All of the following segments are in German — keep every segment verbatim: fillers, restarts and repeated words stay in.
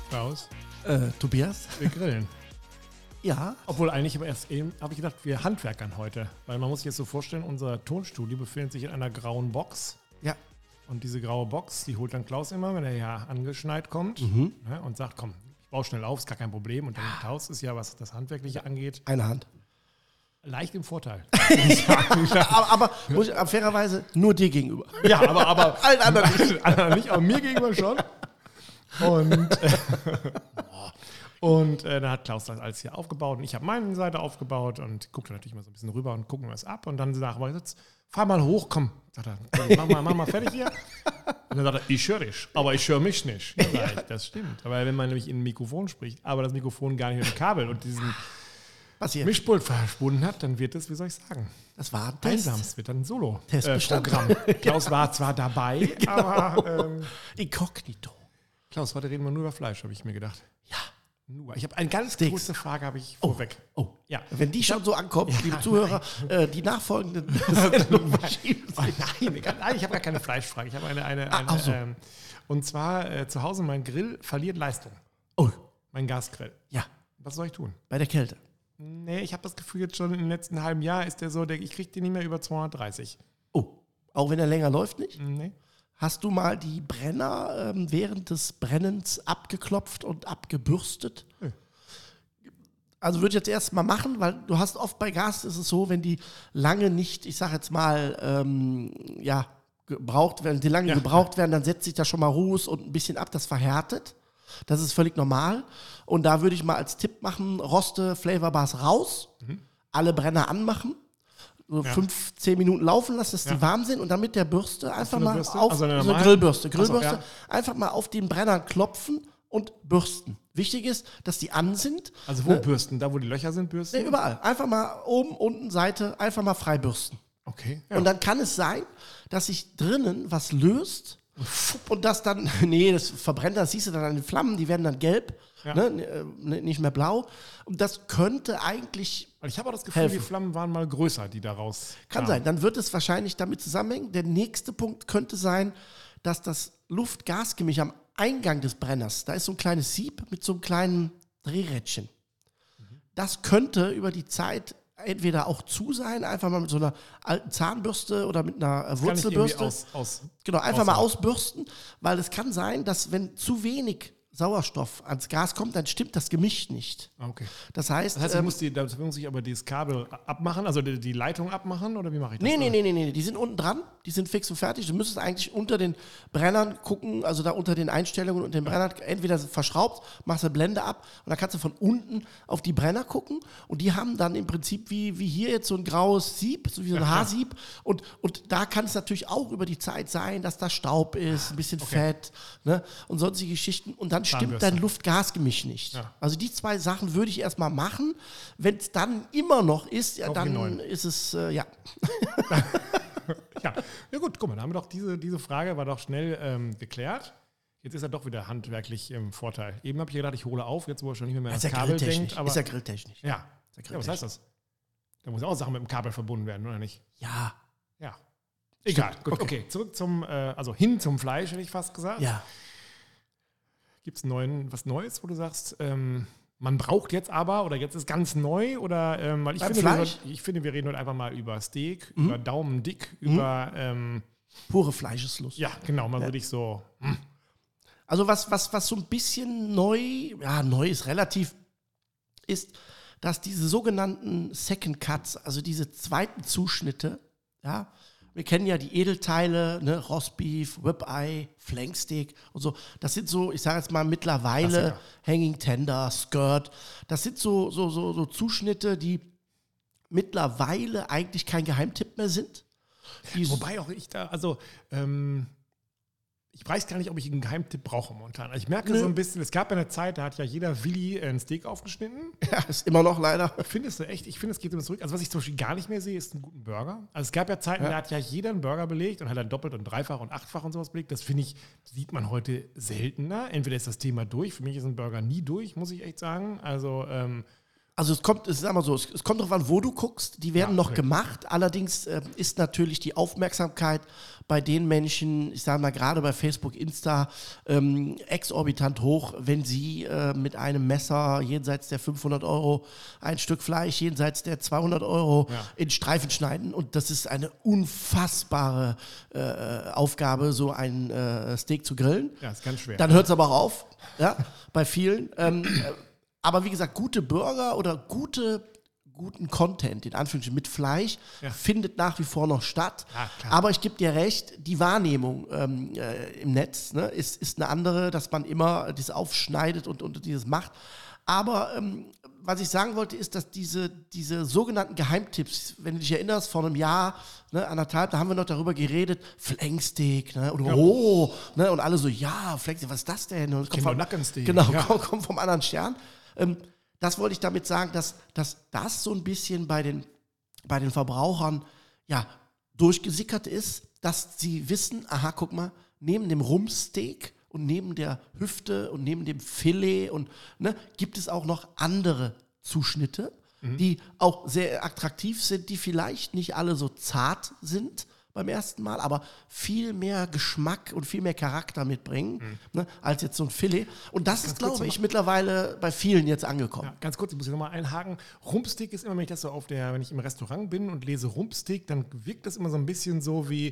Klaus, Äh, Tobias? wir grillen. Ja. Obwohl eigentlich aber erst eben, habe ich gedacht, wir handwerkern heute. Weil man muss sich jetzt so vorstellen, unser Tonstudio befindet sich in einer grauen Box. Ja. Und diese graue Box, die holt dann Klaus immer, wenn er ja angeschneit kommt. Mhm. Ne, und sagt, komm, ich baue schnell auf, ist gar kein Problem. Und dann Klaus ist ja, was das Handwerkliche angeht, Eine Hand. leicht im Vorteil. aber, aber muss ich, aber fairerweise nur dir gegenüber. Ja, aber, aber Allen anderen nicht. anderen nicht, aber mir gegenüber schon. Und, äh, und äh, dann hat Klaus das alles hier aufgebaut und ich habe meine Seite aufgebaut und guckte natürlich mal so ein bisschen rüber und gucken wir es ab. Und dann sagt er, jetzt fahr mal hoch, komm. Sagt er, mach mal, mach mal fertig hier. Und dann sagt er, ich höre dich, aber ich höre mich nicht. Ja, sag ich, das stimmt. Aber wenn man nämlich in ein Mikrofon spricht, aber das Mikrofon gar nicht mit dem Kabel und diesen Passiert. Mischpult verschwunden hat, dann wird es, wie soll ich sagen, Das war ein Test. einsam. Es wird dann ein Testbestand. Solo-Programm. Klaus war zwar dabei, Genau. aber ähm, Inkognito. Klaus, heute reden wir nur über Fleisch, habe ich mir gedacht. Ja. Nur. Ich habe eine ganz Steaks. kurze Frage, habe ich vorweg. Oh. Ja. Wenn die schon so ankommt, liebe Zuhörer, äh, die nachfolgenden Sendungen verschieben Oh, sich. nein, nein, ich habe gar keine Fleischfrage. Ich habe eine, eine, Ah, eine ach so. ähm, und zwar äh, zu Hause mein Grill verliert Leistung. Oh, Mein Gasgrill. ja, Was soll ich tun? bei der Kälte. Nee, ich habe das Gefühl, jetzt schon im letzten halben Jahr ist der so, der, ich kriege den nicht mehr über zweihundertdreißig. Oh, auch wenn er länger läuft nicht? Nee. Hast du mal die Brenner ähm, während des Brennens abgeklopft und abgebürstet? Nö. Also würde ich jetzt erst mal machen, weil du hast oft bei Gas ist es so, wenn die lange nicht, ich sag jetzt mal, ähm, ja, gebraucht werden, die lange Ja. gebraucht werden, dann setzt sich da schon mal Ruß und ein bisschen ab, das verhärtet. Das ist völlig normal. Und da würde ich mal als Tipp machen, Roste Flavorbars raus, alle Brenner anmachen, so Ja. fünf, zehn Minuten laufen lassen, dass Ja. die warm sind und dann mit der Bürste einfach eine mal Bürste? auf Also eine so normale? Grillbürste, Ach so, Grillbürste, ja. einfach mal auf den Brennern klopfen und bürsten. Wichtig ist, dass die an sind. Also wo Ne? bürsten? Da, wo die Löcher sind, bürsten? Nee, überall. Einfach mal oben, unten, Seite, einfach mal frei bürsten. Okay. Ja. Und dann kann es sein, dass sich drinnen was löst und das dann, nee, das verbrennt, das siehst du dann an den Flammen, die werden dann gelb, Ja. ne, äh, nicht mehr blau. Und das könnte eigentlich, Weil ich habe auch das Gefühl, helfen. die Flammen waren mal größer, die daraus kann kamen. sein, dann wird es wahrscheinlich damit zusammenhängen. Der nächste Punkt könnte sein, dass das Luft-Gas-Gemisch am Eingang des Brenners, da ist so ein kleines Sieb mit so einem kleinen Drehrädchen. Das könnte über die Zeit entweder auch zu sein, einfach mal mit so einer alten Zahnbürste oder mit einer äh, Kann ich irgendwie Wurzelbürste. aus, aus Genau, einfach mal ausmachen. ausbürsten, weil es kann sein, dass wenn zu wenig Sauerstoff ans Gas kommt, dann stimmt das Gemisch nicht. Ah, okay. Das heißt, Das heißt, ich ähm, muss, die, da muss ich aber dieses Kabel abmachen, also die, die Leitung abmachen, oder wie mache ich das? nee, nee, nee, nee, nee, die sind unten dran, die sind fix und fertig. Du müsstest eigentlich unter den Brennern gucken, also da unter den Einstellungen und den Brennern, entweder verschraubt, machst du Blende ab und dann kannst du von unten auf die Brenner gucken und die haben dann im Prinzip wie, wie hier jetzt so ein graues Sieb, so wie so ein Ja, Haarsieb und, und da kann es natürlich auch über die Zeit sein, dass da Staub ist, ein bisschen Fett, ne, und sonstige Geschichten und dann stimmt Zahnbürste. dein Luft-Gas-Gemisch nicht. Ja. Also die zwei Sachen würde ich erstmal machen. Wenn es dann immer noch ist, ja, Kauf ich einen dann neuen. ist es, äh, ja. Ja. Ja gut, guck mal, da haben wir doch diese, diese Frage war doch schnell ähm, geklärt. Jetzt ist er doch wieder handwerklich im Vorteil. Eben habe ich gedacht, ich hole auf, jetzt wo er schon nicht mehr mehr Ist ans ja Kabel grilltechnisch. denkt. Aber, Ist ja grilltechnisch. ja. Ist ja ja, was grilltechnisch. heißt das? Da muss auch Sachen mit dem Kabel verbunden werden, oder nicht? Ja, Ja. Egal, Stimmt. gut, Okay. okay. Zurück zum, äh, also hin zum Fleisch, hätte ich fast gesagt. ja. Gibt es was Neues, wo du sagst, ähm, man braucht jetzt aber oder jetzt ist ganz neu? Oder, ähm, weil ich, Beim finde, wir, Fleisch? ich finde, wir reden heute einfach mal über Steak, Mhm. über Daumendick, Mhm. über, ähm, Pure Fleischeslust. ja, genau, mal Ja. würde ich so, hm, Also was, was, was so ein bisschen neu, ja, neu ist relativ, ist, dass diese sogenannten Second Cuts, also diese zweiten Zuschnitte, ja, wir kennen ja die Edelteile, ne, Rostbeef, Ribeye, Flanksteak und so. Das sind so, ich sage jetzt mal mittlerweile Klassiker. Hanging Tender, Skirt. Das sind so, so, so, so Zuschnitte, die mittlerweile eigentlich kein Geheimtipp mehr sind. Die wobei auch ich da, also, ähm, ich weiß gar nicht, ob ich einen Geheimtipp brauche momentan. Also ich merke Nö. so ein bisschen, es gab ja eine Zeit, da hat ja jeder Willi ein Steak aufgeschnitten. ja, ist immer noch leider. Findest du echt? Ich finde, es geht immer zurück. Also was ich zum Beispiel gar nicht mehr sehe, ist einen guten Burger. Also es gab ja Zeiten, Ja. da hat ja jeder einen Burger belegt und hat dann doppelt und dreifach und achtfach und sowas belegt. Das finde ich, sieht man heute seltener. Entweder ist das Thema durch. Für mich ist ein Burger nie durch, muss ich echt sagen. Also ähm, Also es kommt, es ist immer so, es, es kommt darauf an, wo du guckst. Die werden Ja, noch okay. gemacht. Allerdings äh, ist natürlich die Aufmerksamkeit bei den Menschen, ich sage mal gerade bei Facebook, Insta, ähm, exorbitant hoch, wenn sie äh, mit einem Messer jenseits der fünfhundert Euro ein Stück Fleisch, jenseits der zweihundert Euro Ja. in Streifen schneiden. Und das ist eine unfassbare äh, Aufgabe, so ein äh, Steak zu grillen. Ja, ist ganz schwer. Dann hört es aber auch auf, ja, bei vielen. Ähm, äh, aber wie gesagt, gute Burger oder gute, guten Content, in Anführungsstrichen mit Fleisch, Ja. findet nach wie vor noch statt. Ja, klar. Aber ich gebe dir recht, die Wahrnehmung ähm, äh, im Netz ne, ist, ist eine andere, dass man immer das aufschneidet und, und dieses macht. Aber ähm, was ich sagen wollte, ist, dass diese, diese sogenannten Geheimtipps, wenn du dich erinnerst, vor einem Jahr, ne, anderthalb, da haben wir noch darüber geredet, Flanksteak, ne, oder Ja. oh, ne, und alle so, ja, Flanksteak, was ist das denn? Und es kommt Kinder- vom- Nackensteak. Genau, Ja. kommt, kommt vom anderen Stern. Ähm, das wollte ich damit sagen, dass, dass das so ein bisschen bei den, bei den Verbrauchern ja, durchgesickert ist, dass sie wissen, aha, guck mal, neben dem Rumpsteak und neben der Hüfte und neben dem Filet und ne, gibt es auch noch andere Zuschnitte, die auch sehr attraktiv sind, die vielleicht nicht alle so zart sind beim ersten Mal, aber viel mehr Geschmack und viel mehr Charakter mitbringen, ne, als jetzt so ein Filet. Und das ist, kurz glaube ich, noch- mittlerweile bei vielen jetzt angekommen. Ja, ganz kurz, ich muss ich nochmal einhaken. Rumpsteak ist immer, wenn ich das so auf der, wenn ich im Restaurant bin und lese Rumpsteak, dann wirkt das immer so ein bisschen so wie,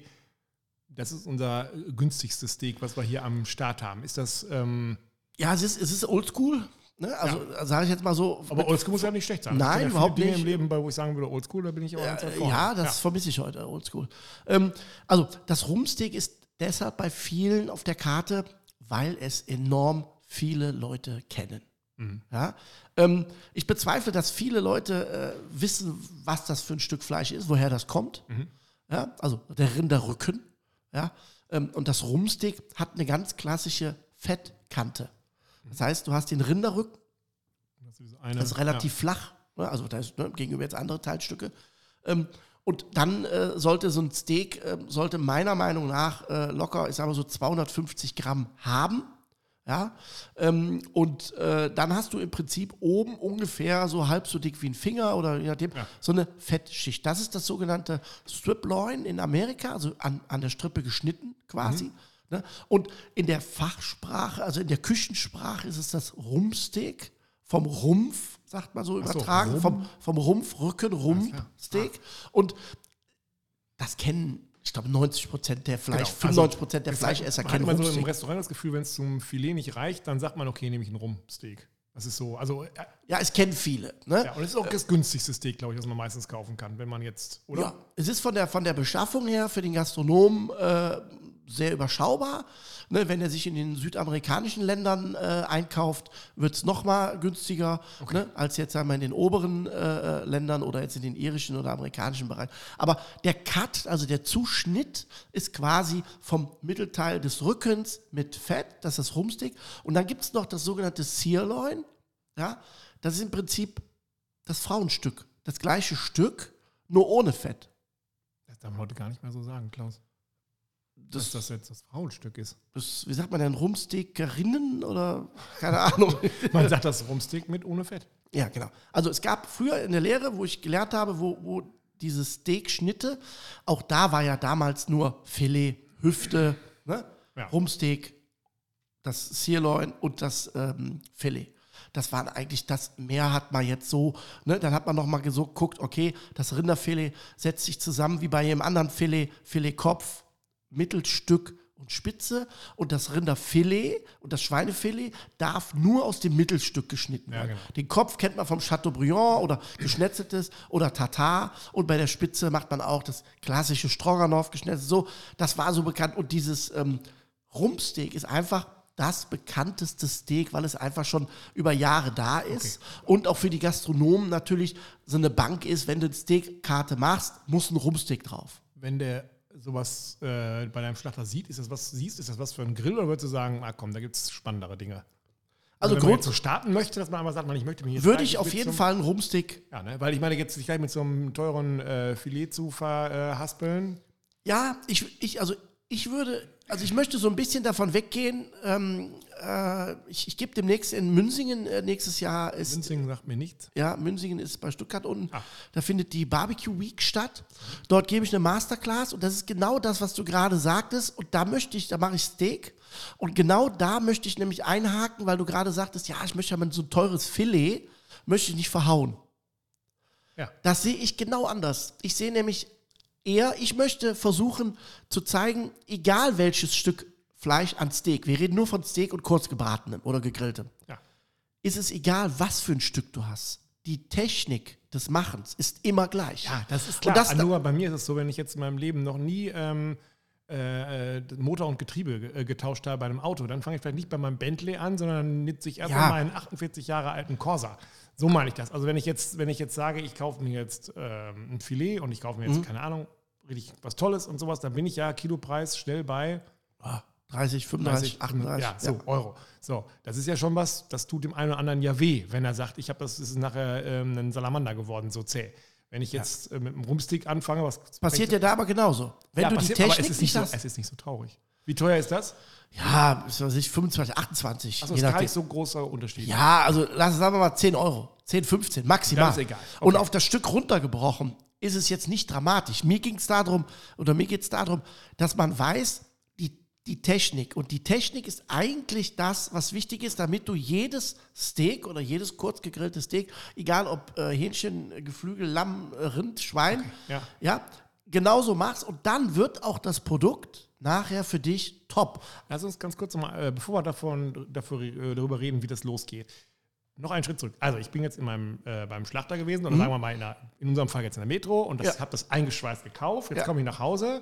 das ist unser äh, günstigstes Steak, was wir hier am Start haben. Ist das, ähm, Ja, es ist, es ist oldschool, ne? Also sage ich jetzt mal so. aber mit- Oldschool muss ja nicht schlecht sein. Nein, Es gibt ja überhaupt viele Dinge nicht. im Leben, bei wo ich sagen würde, Oldschool, da bin ich aber ganz weit Äh, vorne. ja, das vermisse ich heute, oldschool. Ähm, also das Rumpsteak ist deshalb bei vielen auf der Karte, weil es enorm viele Leute kennen. Mhm. Ja? Ähm, ich bezweifle, dass viele Leute äh, wissen, was das für ein Stück Fleisch ist, woher das kommt. Mhm. Ja? Also der Rinderrücken. Ja? Ähm, und das Rumpsteak hat eine ganz klassische Fettkante. Das heißt, du hast den Rinderrücken, Das ist, eine, das ist relativ flach, ne? Also da ist ne, gegenüber jetzt andere Teilstücke. Ähm, und dann äh, sollte so ein Steak, äh, sollte meiner Meinung nach äh, locker, ich sage mal so zweihundertfünfzig Gramm haben. Ja? Ähm, und äh, dann hast du im Prinzip oben ungefähr so halb so dick wie ein Finger oder je nachdem, Ja. so eine Fettschicht. Das ist das sogenannte Strip Loin in Amerika, also an, an der Strippe geschnitten quasi. Ne? Und in der Fachsprache, also in der Küchensprache ist es das Rumpsteak vom Rumpf, sagt man so Ach so, übertragen, Rumpf. vom, vom Rumpf, Rücken, klar. Rumpsteak. Und das kennen, ich glaube, neunzig Prozent der Fleisch, Genau. fünfundneunzig Prozent der Es Fleischesser hat, kennen man hat so im Rumpsteak. Restaurant das Gefühl, wenn es zum Filet nicht reicht, dann sagt man, okay, nehme ich einen Rumpsteak. Das ist so, also, äh, Ja, es kennen viele. Ne? ja, und es ist auch das günstigste Steak, glaube ich, was man meistens kaufen kann, wenn man jetzt, oder? Ja, es ist von der, von der Beschaffung her für den Gastronomen äh, sehr überschaubar. Ne, wenn er sich in den südamerikanischen Ländern äh, einkauft, wird es nochmal günstiger ne, als jetzt sagen wir, in den oberen äh, Ländern oder jetzt in den irischen oder amerikanischen Bereich. Aber der Cut, also der Zuschnitt, ist quasi vom Mittelteil des Rückens mit Fett, das ist das Rumpsteak. Und dann gibt es noch das sogenannte Sirloin. Ja, das ist im Prinzip das Frauenstück. Das gleiche Stück, nur ohne Fett. Das darf man heute gar nicht mehr so sagen, Klaus. Dass das jetzt das Frauenstück ist. Das, wie sagt man denn, Rumpsteakerinnen oder keine Ahnung. Man sagt das Rumpsteak mit ohne Fett. Ja, genau. Also es gab früher in der Lehre, wo ich gelernt habe, wo, wo diese Steakschnitte, auch da war ja damals nur Filet, Hüfte, ne? Ja. Rumpsteak, das Sirloin und das ähm, Filet. Das waren eigentlich das, mehr hat man jetzt so, ne? Dann hat man nochmal so geguckt, okay, das Rinderfilet setzt sich zusammen wie bei jedem anderen Filet, Filetkopf, Mittelstück und Spitze und das Rinderfilet und das Schweinefilet darf nur aus dem Mittelstück geschnitten Ja, werden. genau. Den Kopf kennt man vom Chateaubriand oder geschnetzeltes oder Tartar und bei der Spitze macht man auch das klassische Stroganoff geschnetzelt. So, das war so bekannt und dieses ähm, Rumpsteak ist einfach das bekannteste Steak, weil es einfach schon über Jahre da ist und auch für die Gastronomen natürlich so eine Bank ist, wenn du eine Steakkarte machst, muss ein Rumpsteak drauf. Wenn der sowas äh, bei deinem Schlachter sieht, ist das was siehst, ist das was für ein Grill oder würdest du sagen, ah komm, da gibt es spannendere Dinge? Also wenn man Grund, jetzt so starten möchte, dass man einfach sagt, man, ich möchte mich jetzt würde gleich ich auf mit jeden zum- Fall einen Rumpsteak. Ja, ne? Weil ich meine, jetzt sich gleich mit so einem teuren äh, Filet zu verhaspeln. Ja, ich, ich, also ich würde, also ich möchte so ein bisschen davon weggehen, ähm, äh, ich, ich gebe demnächst in Münsingen, äh, nächstes Jahr ist... Münzingen sagt mir nichts. Ja, Münsingen ist bei Stuttgart unten. Ah. Da findet die Barbecue Week statt. Dort gebe ich eine Masterclass und das ist genau das, was du gerade sagtest. Und da möchte ich, da mache ich Steak. Und genau da möchte ich nämlich einhaken, weil du gerade sagtest, ja, ich möchte ja mal so ein teures Filet, möchte ich nicht verhauen. Ja. Das sehe ich genau anders. Ich sehe nämlich eher, ich möchte versuchen zu zeigen, egal welches Stück Fleisch an Steak, wir reden nur von Steak und kurz gebratenem oder gegrilltem, Ja. ist es egal, was für ein Stück du hast. Die Technik des Machens ist immer gleich. Ja, das ist klar. Und das, Nur bei mir ist es so, wenn ich jetzt in meinem Leben noch nie ähm, äh, Motor und Getriebe äh, getauscht habe bei einem Auto, dann fange ich vielleicht nicht bei meinem Bentley an, sondern nutze ich erstmal Ja. meinen achtundvierzig Jahre alten Corsa. So meine ich das. Also wenn ich jetzt, wenn ich jetzt sage, ich kaufe mir jetzt ähm, ein Filet und ich kaufe mir jetzt, Mhm. keine Ahnung, richtig was Tolles und sowas, dann bin ich ja Kilopreis schnell bei dreißig, fünfunddreißig, achtunddreißig. Ja, so, Euro. So, das ist ja schon was, das tut dem einen oder anderen ja weh, wenn er sagt, ich habe das, das ist nachher ähm, ein Salamander geworden, so zäh. Wenn ich jetzt äh, mit einem Rumstick anfange, was Passiert ja da aber genauso. Wenn ja, du passiert, die aber Technik es ist nicht so, hast, es ist nicht so traurig. Wie teuer ist das? ja, ist was weiß ich, fünfundzwanzig, achtundzwanzig. Also je ist gar nachdem. nicht so großer Unterschied. Ja, also lass sagen wir mal zehn Euro. zehn, fünfzehn, maximal. Das ist egal. Okay. Und auf das Stück runtergebrochen ist es jetzt nicht dramatisch. Mir ging es darum, oder mir geht es darum, dass man weiß, die, die Technik. Und die Technik ist eigentlich das, was wichtig ist, damit du jedes Steak oder jedes kurz gegrillte Steak, egal ob äh, Hähnchen, Geflügel, Lamm, äh, Rind, Schwein, Okay, ja. ja, genauso machst. Und dann wird auch das Produkt nachher für dich top. Lass uns ganz kurz nochmal, äh, bevor wir davon, dafür, äh, darüber reden, wie das losgeht, noch einen Schritt zurück. Also ich bin jetzt in meinem, äh, beim Schlachter gewesen oder Mhm. sagen wir mal in, der, in unserem Fall jetzt in der Metro und das, Ja. habe das eingeschweißt gekauft. Jetzt Ja. komme ich nach Hause.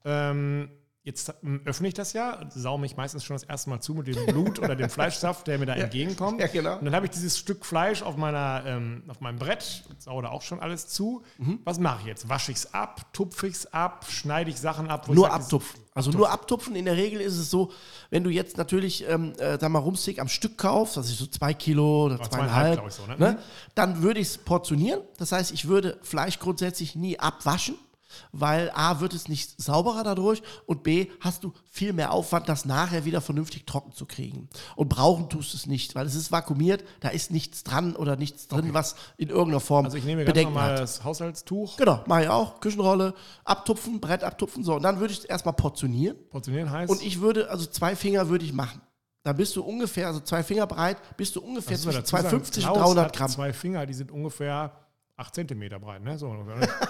Ähm, Jetzt ähm, öffne ich das ja, sauge mich meistens schon das erste Mal zu mit dem Blut oder dem Fleischsaft, der mir da entgegenkommt. Ja, genau. Und dann habe ich dieses Stück Fleisch auf, meiner, ähm, auf meinem Brett, sauge da auch schon alles zu. Mhm. Was mache ich jetzt? Wasche ich es ab, tupfe ich es ab, schneide ich Sachen ab? Wo Nur ich sag, abtupfen. Also nur abtupfen. In der Regel ist es so, wenn du jetzt natürlich, ähm, äh, sag mal, Rumsteak am Stück kaufst, also so zwei Kilo oder Oder zweieinhalb, glaub ich so, ne? ne? Dann würde ich es portionieren. Das heißt, ich würde Fleisch grundsätzlich nie abwaschen, weil A, wird es nicht sauberer dadurch und B, hast du viel mehr Aufwand, das nachher wieder vernünftig trocken zu kriegen. Und brauchen tust du es nicht, weil es ist vakuumiert, da ist nichts dran oder nichts drin, was in irgendeiner Form Also ich nehme ganz Bedenken normal hat. das Haushaltstuch, Genau, mache ich auch. Küchenrolle, abtupfen, Brett abtupfen, so. Und dann würde ich es erstmal portionieren. portionieren heißt. Und ich würde, also zwei Finger würde ich machen. Da bist du ungefähr, also zwei Finger breit, bist du ungefähr Das müssen wir zwischen dazu sagen, zweihundertfünfzig und Klaus dreihundert hat Gramm. Zwei Finger, die sind ungefähr acht Zentimeter breit, ne? So ungefähr. Ne?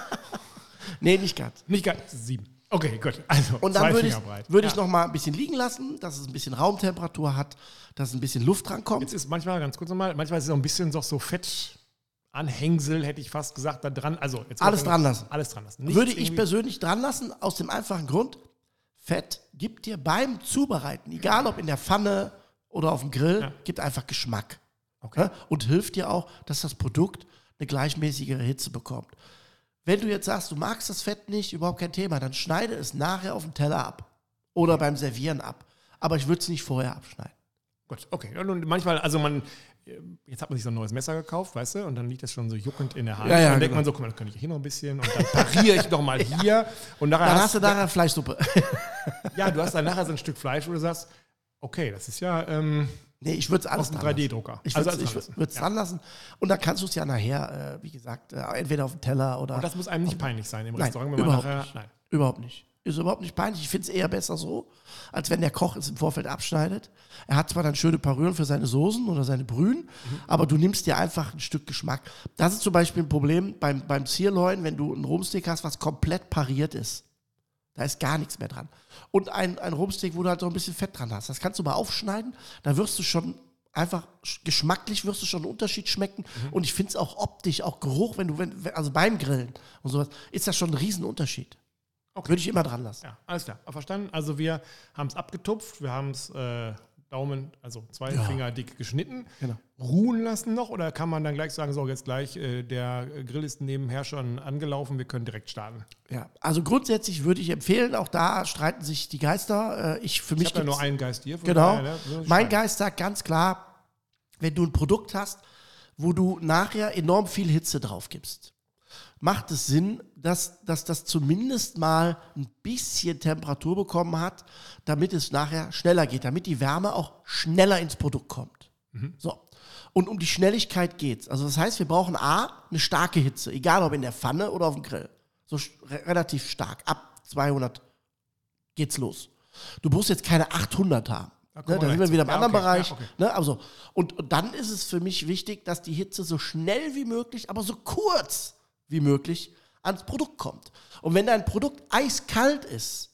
Nee, nicht ganz. Nicht ganz, sieben. Okay, gut. Also Und zwei dann würde ich, Finger breit. würde ich Ja. noch mal ein bisschen liegen lassen, dass es ein bisschen Raumtemperatur hat, dass ein bisschen Luft drankommt. Jetzt ist manchmal, ganz kurz nochmal, manchmal ist es auch ein bisschen so, so Fettanhängsel, hätte ich fast gesagt, da dran. Also jetzt Alles mal- dran lassen. Alles dran lassen. Nichts Würde ich irgendwie- persönlich dran lassen, aus dem einfachen Grund, Fett gibt dir beim Zubereiten, egal ob in der Pfanne oder auf dem Grill, Ja. gibt einfach Geschmack. Okay. Ja? Und hilft dir auch, dass das Produkt eine gleichmäßigere Hitze bekommt. Wenn du jetzt sagst, du magst das Fett nicht, überhaupt kein Thema, dann schneide es nachher auf dem Teller ab. Oder beim Servieren ab. Aber ich würde es nicht vorher abschneiden. Gut, okay. Und manchmal, also man, jetzt hat man sich so ein neues Messer gekauft, weißt du, und dann liegt das schon so juckend in der Hand. Ja, ja, und dann denkt genau. man so, guck mal, das könnte ich hier noch ein bisschen und dann pariere ich noch mal hier. Und nachher Dann hast du nachher Fleischsuppe. ja, du hast dann nachher so ein Stück Fleisch, wo du sagst, okay, das ist ja ähm, Nee, ich würde es alles aus dem dran drei lassen. D-Drucker. Ich Also würde alles es dran lassen. Ja. dran lassen. Und dann kannst du es ja nachher, äh, wie gesagt, äh, entweder auf dem Teller oder... Und das muss einem nicht peinlich sein im Nein, Restaurant, wenn man überhaupt nachher. nicht. Nein. Überhaupt nicht. Ist überhaupt nicht peinlich. Ich finde es eher besser so, als wenn der Koch es im Vorfeld abschneidet. Er hat zwar dann schöne Parüren für seine Soßen oder seine Brühen, Mhm. aber du nimmst dir einfach ein Stück Geschmack. Das ist zum Beispiel ein Problem beim, beim Sirloin, wenn du ein Rumsteak hast, was komplett pariert ist. Da ist gar nichts mehr dran. Und ein, ein Rumsteak, wo du halt so ein bisschen Fett dran hast. Das kannst du mal aufschneiden, da wirst du schon einfach sch- geschmacklich wirst du schon einen Unterschied schmecken. Mhm. Und ich finde es auch optisch, auch Geruch, wenn du, wenn, wenn- also beim Grillen und sowas, ist das schon ein Riesenunterschied. Okay. Würde ich immer dran lassen. Ja, alles klar. Verstanden. Also wir haben es abgetupft, wir haben es äh, Daumen, also zwei Ja. Finger dick geschnitten. Genau. Ruhen lassen noch oder kann man dann gleich sagen, so jetzt gleich, äh, der Grill ist nebenher schon angelaufen, wir können direkt starten. Ja, also grundsätzlich würde ich empfehlen, auch da streiten sich die Geister. Äh, Ich für Ich mich habe ja nur gibt's- einen Geist hier. von Genau. daher, ne, so Mein schreiben. Geist sagt ganz klar, wenn du ein Produkt hast, wo du nachher enorm viel Hitze drauf gibst macht es Sinn, dass, dass das zumindest mal ein bisschen Temperatur bekommen hat, damit es nachher schneller geht, damit die Wärme auch schneller ins Produkt kommt. Mhm. So. Und um die Schnelligkeit geht es. Also das heißt, wir brauchen A, eine starke Hitze, egal ob in der Pfanne oder auf dem Grill. So re- relativ stark. Ab zweihundert geht's los. Du musst jetzt keine achthundert haben. Da, ne, da sind wir wieder im ja, anderen okay. Bereich. Ja, okay. Ne, also, und, und dann ist es für mich wichtig, dass die Hitze so schnell wie möglich, aber so kurz wie möglich ans Produkt kommt. Und wenn dein Produkt eiskalt ist,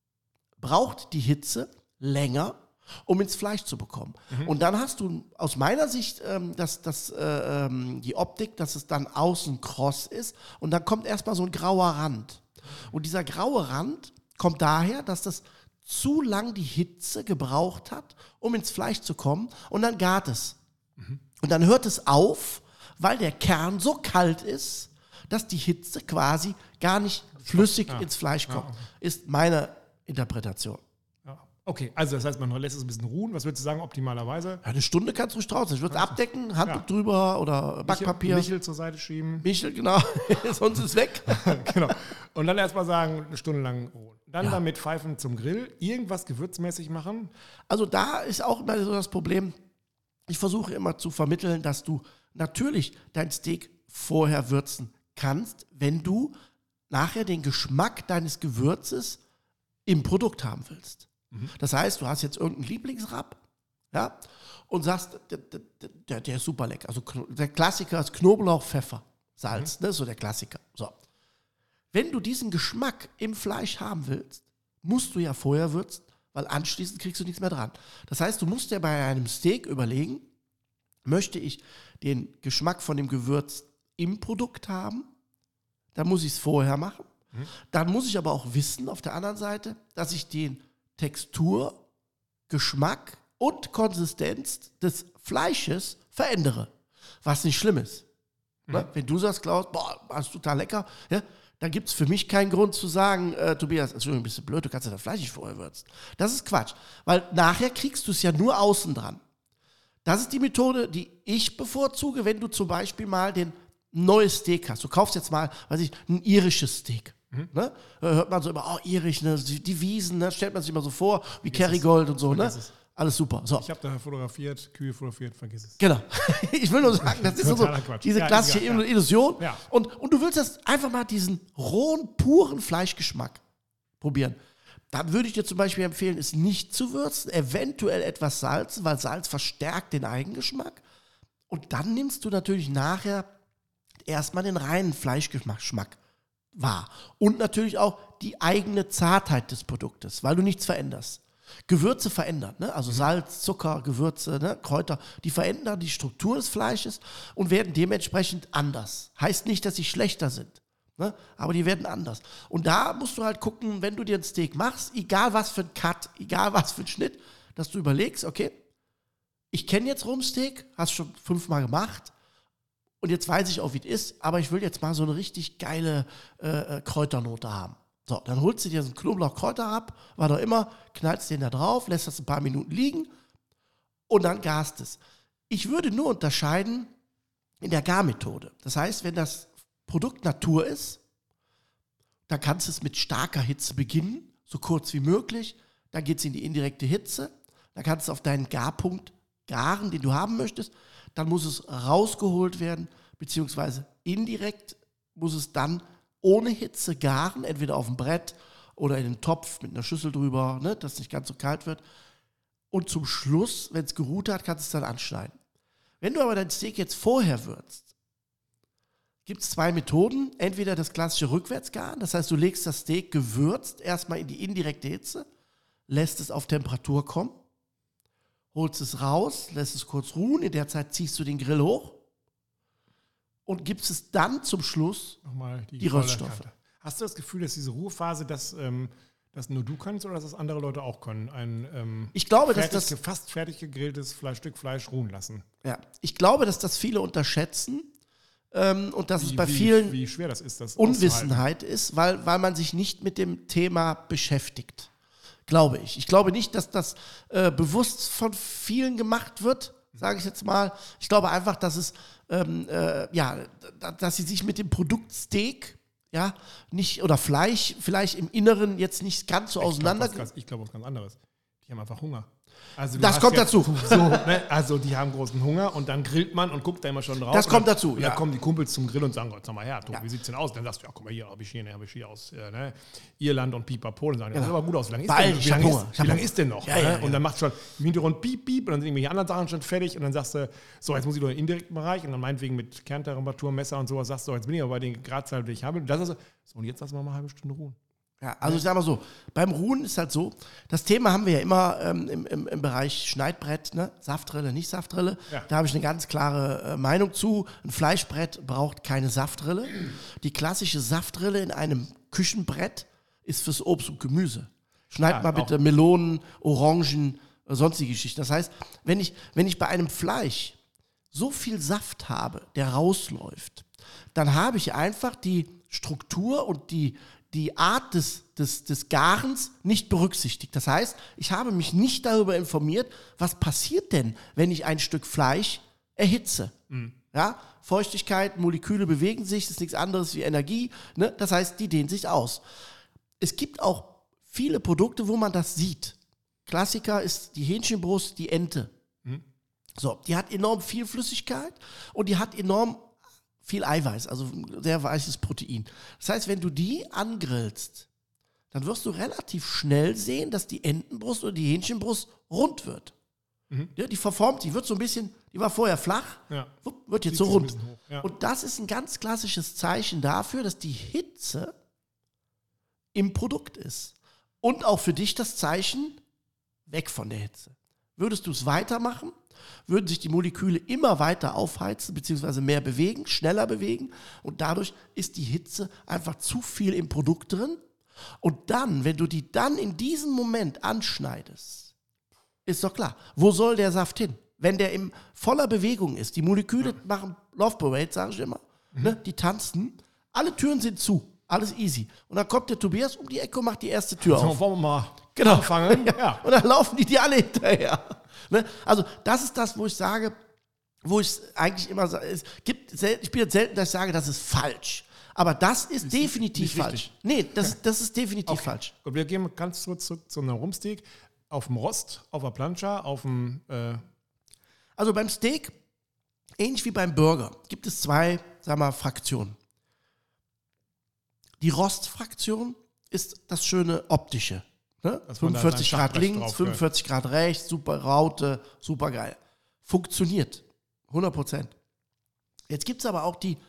braucht die Hitze länger, um ins Fleisch zu bekommen. Mhm. Und dann hast du aus meiner Sicht ähm, das, das, äh, ähm, die Optik, dass es dann außen kross ist und dann kommt erstmal so ein grauer Rand. Und dieser graue Rand kommt daher, dass das zu lang die Hitze gebraucht hat, um ins Fleisch zu kommen und dann gart es. Mhm. Und dann hört es auf, weil der Kern so kalt ist, dass die Hitze quasi gar nicht flüssig ja. ins Fleisch kommt. Ja, okay. Ist meine Interpretation. Ja. Okay, also das heißt, man lässt es ein bisschen ruhen. Was würdest du sagen, optimalerweise? Ja, eine Stunde kannst du ruhig draußen. Ich würde es abdecken, Handtuch ja. drüber oder Backpapier. Michel zur Seite schieben. Michel, genau. Sonst ist es weg. Genau. Und dann erstmal sagen, eine Stunde lang ruhen. Dann ja. damit pfeifen zum Grill. Irgendwas gewürzmäßig machen. Also da ist auch immer so das Problem, ich versuche immer zu vermitteln, dass du natürlich dein Steak vorher würzen kannst, wenn du nachher den Geschmack deines Gewürzes im Produkt haben willst. Mhm. Das heißt, du hast jetzt irgendeinen Lieblingsrab, ja, und sagst, der, der, der ist super lecker. Also der Klassiker ist Knoblauch, Pfeffer, Salz, mhm. ne, so der Klassiker. So. Wenn du diesen Geschmack im Fleisch haben willst, musst du ja vorher würzen, weil anschließend kriegst du nichts mehr dran. Das heißt, du musst dir bei einem Steak überlegen, möchte ich den Geschmack von dem Gewürz im Produkt haben, dann muss ich es vorher machen. Mhm. Dann muss ich aber auch wissen, auf der anderen Seite, dass ich den Textur, Geschmack und Konsistenz des Fleisches verändere. Was nicht schlimm ist. Mhm. Ne? Wenn du sagst, Klaus, boah, das ist total lecker, ja, dann gibt es für mich keinen Grund zu sagen, äh, Tobias, Entschuldigung, bist du blöd, du kannst ja das Fleisch nicht vorher würzen. Das ist Quatsch. Weil nachher kriegst du es ja nur außen dran. Das ist die Methode, die ich bevorzuge, wenn du zum Beispiel mal den neues Steak hast. Du kaufst jetzt mal, weiß ich, ein irisches Steak. Mhm. Ne? Da hört man so immer, oh, irisch, ne? Die Wiesen, ne? Stellt man sich immer so vor, wie Kerrygold und so. Ne? Alles super. So. Ich habe da fotografiert, Kühe fotografiert, vergiss es. Genau. Ich will nur sagen, das ist so diese ja, klassische ja, ja. Illusion. Ja. Und, und du willst das einfach mal diesen rohen, puren Fleischgeschmack probieren. Dann würde ich dir zum Beispiel empfehlen, es nicht zu würzen, eventuell etwas salzen, weil Salz verstärkt den Eigengeschmack. Und dann nimmst du natürlich nachher erstmal den reinen Fleischgeschmack wahr. Und natürlich auch die eigene Zartheit des Produktes, weil du nichts veränderst. Gewürze verändern, ne? Also Salz, Zucker, Gewürze, ne? Kräuter, die verändern die Struktur des Fleisches und werden dementsprechend anders. Heißt nicht, dass sie schlechter sind, ne? Aber die werden anders. Und da musst du halt gucken, wenn du dir ein Steak machst, egal was für ein Cut, egal was für ein Schnitt, dass du überlegst, okay, ich kenne jetzt Rumsteak, hast schon fünfmal gemacht und jetzt weiß ich auch, wie es ist, aber ich will jetzt mal so eine richtig geile äh, Kräuternote haben. So, dann holst du dir so einen Knoblauchkräuter ab, war doch immer, knallst den da drauf, lässt das ein paar Minuten liegen und dann garst es. Ich würde nur unterscheiden in der Garmethode. Das heißt, wenn das Produkt Natur ist, dann kannst du es mit starker Hitze beginnen, so kurz wie möglich, dann geht es in die indirekte Hitze, dann kannst du auf deinen Garpunkt garen, den du haben möchtest, dann muss es rausgeholt werden, beziehungsweise indirekt muss es dann ohne Hitze garen, entweder auf dem Brett oder in einem Topf mit einer Schüssel drüber, ne, dass es nicht ganz so kalt wird. Und zum Schluss, wenn es geruht hat, kannst du es dann anschneiden. Wenn du aber dein Steak jetzt vorher würzt, gibt es zwei Methoden. Entweder das klassische Rückwärtsgaren, das heißt, du legst das Steak gewürzt erstmal in die indirekte Hitze, lässt es auf Temperatur kommen, holst es raus, lässt es kurz ruhen, in der Zeit ziehst du den Grill hoch und gibst es dann zum Schluss Nochmal die, die Röststoffe. Hast du das Gefühl, dass diese Ruhephase, dass, ähm, dass nur du kannst oder dass das andere Leute auch können? Ein ähm, ich glaube, fertig, dass das fast fertig gegrilltes Fleisch, Stück Fleisch ruhen lassen. Ja, ich glaube, dass das viele unterschätzen ähm, und dass wie, es bei wie, vielen wie schwer das ist, das Unwissenheit ist, weil, weil man sich nicht mit dem Thema beschäftigt. Glaube ich. Ich glaube nicht, dass das äh, bewusst von vielen gemacht wird, sage ich jetzt mal. Ich glaube einfach, dass es, ähm, äh, ja, dass sie sich mit dem Produkt Steak, ja, nicht, oder Fleisch vielleicht im Inneren jetzt nicht ganz so auseinander. Ich glaube was ganz anderes. Die haben einfach Hunger. Also das kommt dazu. So, ne, also die haben großen Hunger und dann grillt man und guckt da immer schon drauf. Das kommt dann, dazu, und ja. dann kommen die Kumpels zum Grill und sagen, Gott, sag mal her, du, ja. wie sieht's denn aus? Dann sagst du, ja, guck mal hier, habe ich hier, ne, habe ich hier aus äh, ne, Irland und Pipapo. Und sagen, das ja. sieht aber gut aus. Wie lange ist, Weil, denn, wie lang Hunger, ist, wie lang ist denn noch? Ja, ja, ja. Und dann macht schon im Hintergrund piep, piep und dann sind irgendwelche anderen Sachen schon fertig und dann sagst du, so, jetzt muss ich doch in den indirekten Bereich und dann meinetwegen mit Kerntemperatur, Messer und sowas sagst du, jetzt bin ich aber bei den Gradzahl, die ich habe. Das ist so, so, und jetzt lassen wir mal eine halbe Stunde ruhen. Ja, also ich sag mal so, beim Ruhen ist halt so, das Thema haben wir ja immer ähm, im, im, im Bereich Schneidbrett, ne? Saftrille, nicht Saftrille. Ja. Da habe ich eine ganz klare äh, Meinung zu. Ein Fleischbrett braucht keine Saftrille. Die klassische Saftrille in einem Küchenbrett ist fürs Obst und Gemüse. Schneid ja, mal bitte auch Melonen, Orangen, äh, sonstige Geschichten. Das heißt, wenn ich, wenn ich bei einem Fleisch so viel Saft habe, der rausläuft, dann habe ich einfach die Struktur und die die Art des, des, des Garens nicht berücksichtigt. Das heißt, ich habe mich nicht darüber informiert, was passiert denn, wenn ich ein Stück Fleisch erhitze. Mhm. Ja? Feuchtigkeit, Moleküle bewegen sich, das ist nichts anderes wie Energie. Ne? Das heißt, die dehnen sich aus. Es gibt auch viele Produkte, wo man das sieht. Klassiker ist die Hähnchenbrust, die Ente. Mhm. So, die hat enorm viel Flüssigkeit und die hat enorm viel Eiweiß, also sehr weiches Protein. Das heißt, wenn du die angrillst, dann wirst du relativ schnell sehen, dass die Entenbrust oder die Hähnchenbrust rund wird. Mhm. Ja, die verformt, die wird so ein bisschen, die war vorher flach, ja. wird jetzt Sieht so rund. Ja. Und das ist ein ganz klassisches Zeichen dafür, dass die Hitze im Produkt ist. Und auch für dich das Zeichen, weg von der Hitze. Würdest du es weitermachen, würden sich die Moleküle immer weiter aufheizen, beziehungsweise mehr bewegen, schneller bewegen. Und dadurch ist die Hitze einfach zu viel im Produkt drin. Und dann, wenn du die dann in diesem Moment anschneidest, ist doch klar, wo soll der Saft hin? Wenn der in voller Bewegung ist, die Moleküle ja. machen Love Parade, sage ich immer, mhm. ne? Die tanzen, alle Türen sind zu, alles easy. Und dann kommt der Tobias um die Ecke und macht die erste Tür also, auf. Wollen wir mal genau. anfangen? Ja. Und dann laufen die die alle hinterher. Ne? Also das ist das, wo ich sage, wo ich eigentlich immer sage, es gibt selten, ich bin jetzt selten, dass ich sage, das ist falsch. Aber das ist, ist definitiv falsch. Richtig. Nee, das, das ist definitiv okay. falsch. Und wir gehen ganz zurück, zurück zu einem Rumsteak. Auf dem Rost, auf der Plancha, auf dem... Äh also beim Steak, ähnlich wie beim Burger, gibt es zwei, sagen wir mal, Fraktionen. Die Rostfraktion ist das schöne Optische. Ne? fünfundvierzig Grad links, fünfundvierzig Grad rechts, super Raute, super geil. Funktioniert, hundert Prozent. Jetzt gibt es aber auch die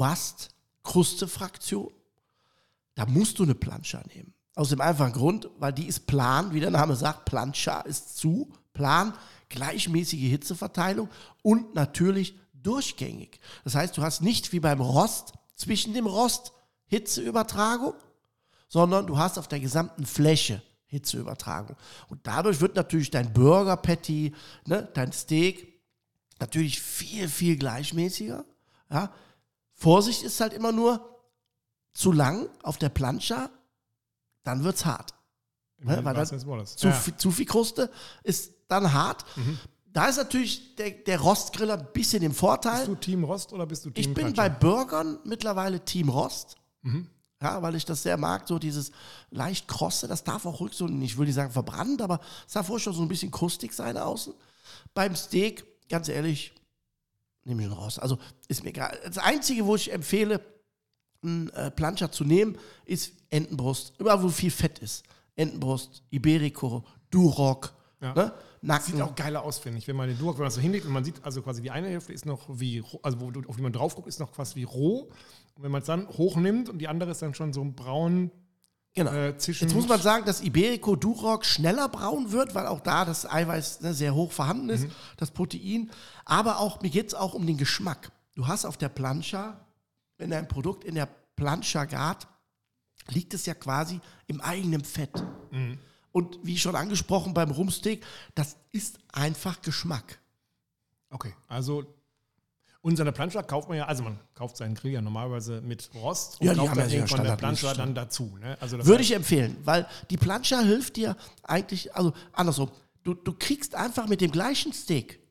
Quast-Kruste-Fraktion. Da musst du eine Plancha nehmen. Aus dem einfachen Grund, weil die ist plan, wie der Name sagt, Plancha ist zu, plan, gleichmäßige Hitzeverteilung und natürlich durchgängig. Das heißt, du hast nicht wie beim Rost zwischen dem Rost Hitzeübertragung, sondern du hast auf der gesamten Fläche Hitzeübertragung. Und dadurch wird natürlich dein Burger Patty, ne, dein Steak natürlich viel, viel gleichmäßiger. Ja. Vorsicht ist halt immer nur zu lang auf der Plancha, dann wird es hart. Ne, weil dann zu, ja. viel, zu viel Kruste ist dann hart. Mhm. Da ist natürlich der, der Rostgriller ein bisschen im Vorteil. Bist du Team Rost oder bist du Team Ich bin Plancha? bei Burgern mittlerweile Team Rost. Mhm. Ja, weil ich das sehr mag, so dieses leicht krosse, das darf auch ruhig so, ich will nicht sagen verbrannt, aber es darf ruhig schon so ein bisschen krustig sein außen. Beim Steak, ganz ehrlich, nehme ich ihn raus. Also ist mir egal. Das Einzige, wo ich empfehle, einen äh, Plancha zu nehmen, ist Entenbrust. Überall, wo viel Fett ist. Entenbrust, Iberico, Duroc, ja. ne? Nacken. Sieht auch geiler aus, finde ich, wenn man den Duroc, wenn man das so hinlegt und man sieht, also quasi die eine Hälfte ist noch wie, also wo, auf die man drauf guckt, ist noch quasi wie roh. Und wenn man es dann hochnimmt und die andere ist dann schon so ein braun genau. äh, zwischen... Jetzt muss man sagen, dass Iberico Duroc schneller braun wird, weil auch da das Eiweiß ne, sehr hoch vorhanden ist, mhm. das Protein. Aber auch, mir geht es auch um den Geschmack. Du hast auf der Plancha, wenn dein Produkt in der Plancha gart, liegt es ja quasi im eigenen Fett. Mhm. Und wie schon angesprochen beim Rumsteak, das ist einfach Geschmack. Okay, also unsere Plancha kauft man ja, also man kauft seinen Grill ja normalerweise mit Rost und ja, die kauft haben dann ja von der Plancha dann dazu. Ne? Also das Würde ich empfehlen, weil die Plancha hilft dir eigentlich, also andersrum, du, du kriegst einfach mit dem gleichen Steak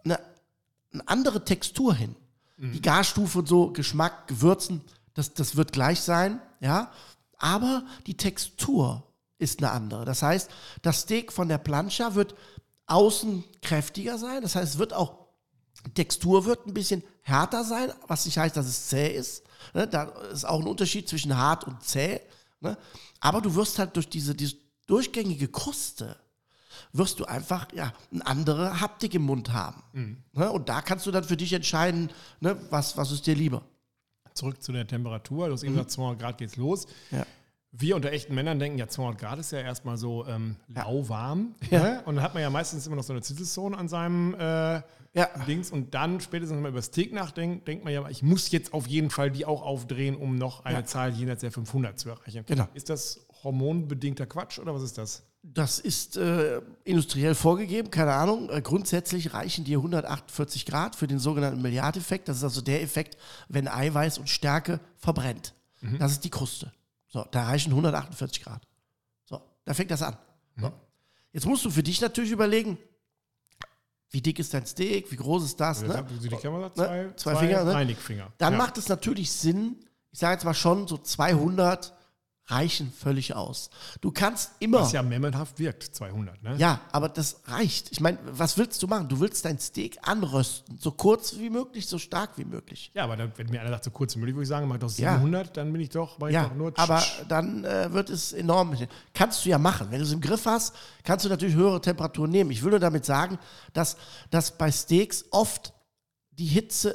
eine, eine andere Textur hin. Mhm. Die Garstufe und so, Geschmack, Gewürzen, das, das wird gleich sein, ja. Aber die Textur ist eine andere. Das heißt, das Steak von der Plancha wird außen kräftiger sein. Das heißt, es wird auch, die Textur wird ein bisschen härter sein, was nicht heißt, dass es zäh ist. Ne? Da ist auch ein Unterschied zwischen hart und zäh. Ne? Aber du wirst halt durch diese, diese durchgängige Kruste, wirst du einfach ja, eine andere Haptik im Mund haben. Mhm. Ne? Und da kannst du dann für dich entscheiden, ne, was, was ist dir lieber. Zurück zu der Temperatur. Du hast eben gesagt, zweihundert Grad geht's los. Ja. Wir unter echten Männern denken, ja, zweihundert Grad ist ja erstmal so ähm, lauwarm. Ja. Ne? Und dann hat man ja meistens immer noch so eine Zizelzone an seinem äh, ja. Dings. Und dann spätestens, wenn man über Steak nachdenkt, denkt man ja, ich muss jetzt auf jeden Fall die auch aufdrehen, um noch eine ja. Zahl jenseits der fünfhundert zu erreichen. Genau. Ist das hormonbedingter Quatsch oder was ist das? Das ist äh, industriell vorgegeben, keine Ahnung. Äh, grundsätzlich reichen dir hundertachtundvierzig Grad für den sogenannten Maillard-Effekt. Das ist also der Effekt, wenn Eiweiß und Stärke verbrennt. Mhm. Das ist die Kruste. So, da reichen hundertachtundvierzig Grad. So, da fängt das an. So. Mhm. Jetzt musst du für dich natürlich überlegen, wie dick ist dein Steak, wie groß ist das? Also, ne? Wie dick haben wir da? Zwei, ne? zwei, zwei Finger, ne? Einigfinger. Dann ja. macht es natürlich Sinn, ich sage jetzt mal schon, so zweihundert reichen völlig aus. Du kannst immer... Was ja memmenhaft wirkt, zweihundert, ne? Ja, aber das reicht. Ich meine, was willst du machen? Du willst dein Steak anrösten, so kurz wie möglich, so stark wie möglich. Ja, aber dann, wenn mir einer sagt, so kurz wie möglich, würde ich sagen, mach doch siebenhundert, ja. dann bin ich doch, mach ich ja, doch nur... aber dann äh, wird es enorm... Kannst du ja machen. Wenn du es im Griff hast, kannst du natürlich höhere Temperaturen nehmen. Ich will nur damit sagen, dass, dass bei Steaks oft die Hitze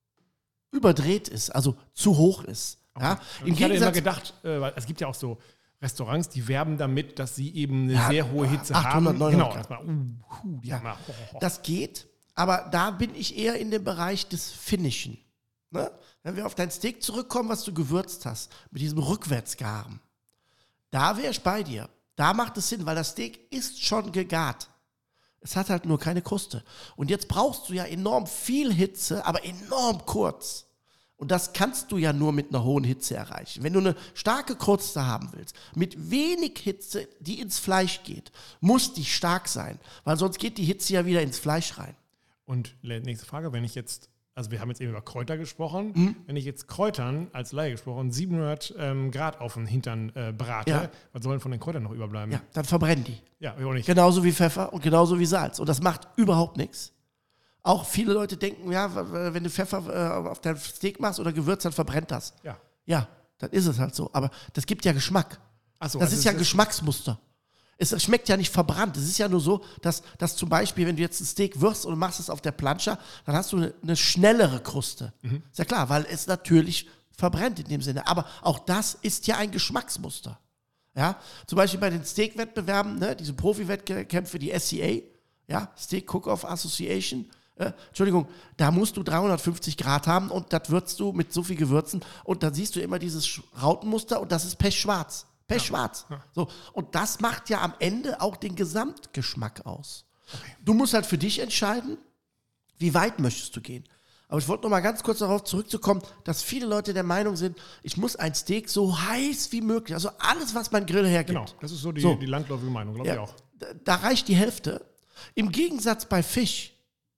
überdreht ist, also zu hoch ist. Ja, im ich hatte immer gedacht, äh, weil es gibt ja auch so Restaurants, die werben damit, dass sie eben eine ja, sehr hohe Hitze achthundert, haben. neunhundert. Genau, das, war, uh, uh, die ja. mal, ho, ho, ho. Das geht, aber da bin ich eher in dem Bereich des Finishen. Ne? Wenn wir auf dein Steak zurückkommen, was du gewürzt hast, mit diesem Rückwärtsgaren, da wäre ich bei dir. Da macht es Sinn, weil das Steak ist schon gegart. Es hat halt nur keine Kruste. Und jetzt brauchst du ja enorm viel Hitze, aber enorm kurz. Und das kannst du ja nur mit einer hohen Hitze erreichen. Wenn du eine starke Kruste haben willst, mit wenig Hitze, die ins Fleisch geht, muss die stark sein, weil sonst geht die Hitze ja wieder ins Fleisch rein. Und nächste Frage, wenn ich jetzt, also wir haben jetzt eben über Kräuter gesprochen, mhm. wenn ich jetzt Kräutern, als Laie gesprochen, siebenhundert ähm, Grad auf den Hintern äh, brate, ja. was soll denn von den Kräutern noch überbleiben? Ja, dann verbrennen die. Ja, auch nicht. Genauso wie Pfeffer und genauso wie Salz. Und das macht überhaupt nichts. Auch viele Leute denken, ja, wenn du Pfeffer äh, auf dein Steak machst oder Gewürz, dann verbrennt das. Ja. Ja, dann ist es halt so. Aber das gibt ja Geschmack. Ach so, das also ist ja ein ist Geschmacksmuster. Es schmeckt ja nicht verbrannt. Es ist ja nur so, dass, dass zum Beispiel, wenn du jetzt ein Steak würzt und machst es auf der Plancha, dann hast du eine, eine schnellere Kruste. Mhm. Ist ja klar, weil es natürlich verbrennt in dem Sinne. Aber auch das ist ja ein Geschmacksmuster. Ja? Zum Beispiel bei den Steak-Wettbewerben, ne, diese Profi-Wettkämpfe, die S C A, ja, Steak Cook-Off Association, Äh, Entschuldigung, da musst du dreihundertfünfzig Grad haben und das würzt du mit so viel Gewürzen und dann siehst du immer dieses Rautenmuster und das ist pechschwarz. Pechschwarz. Ja. Ja. So, und das macht ja am Ende auch den Gesamtgeschmack aus. Okay. Du musst halt für dich entscheiden, wie weit möchtest du gehen. Aber ich wollte noch mal ganz kurz darauf zurückzukommen, dass viele Leute der Meinung sind, ich muss ein Steak so heiß wie möglich, also alles, was mein Grill hergibt. Genau, das ist so die, so. die landläufige Meinung, glaube ja, ich auch. Da, da reicht die Hälfte. Im Gegensatz bei Fisch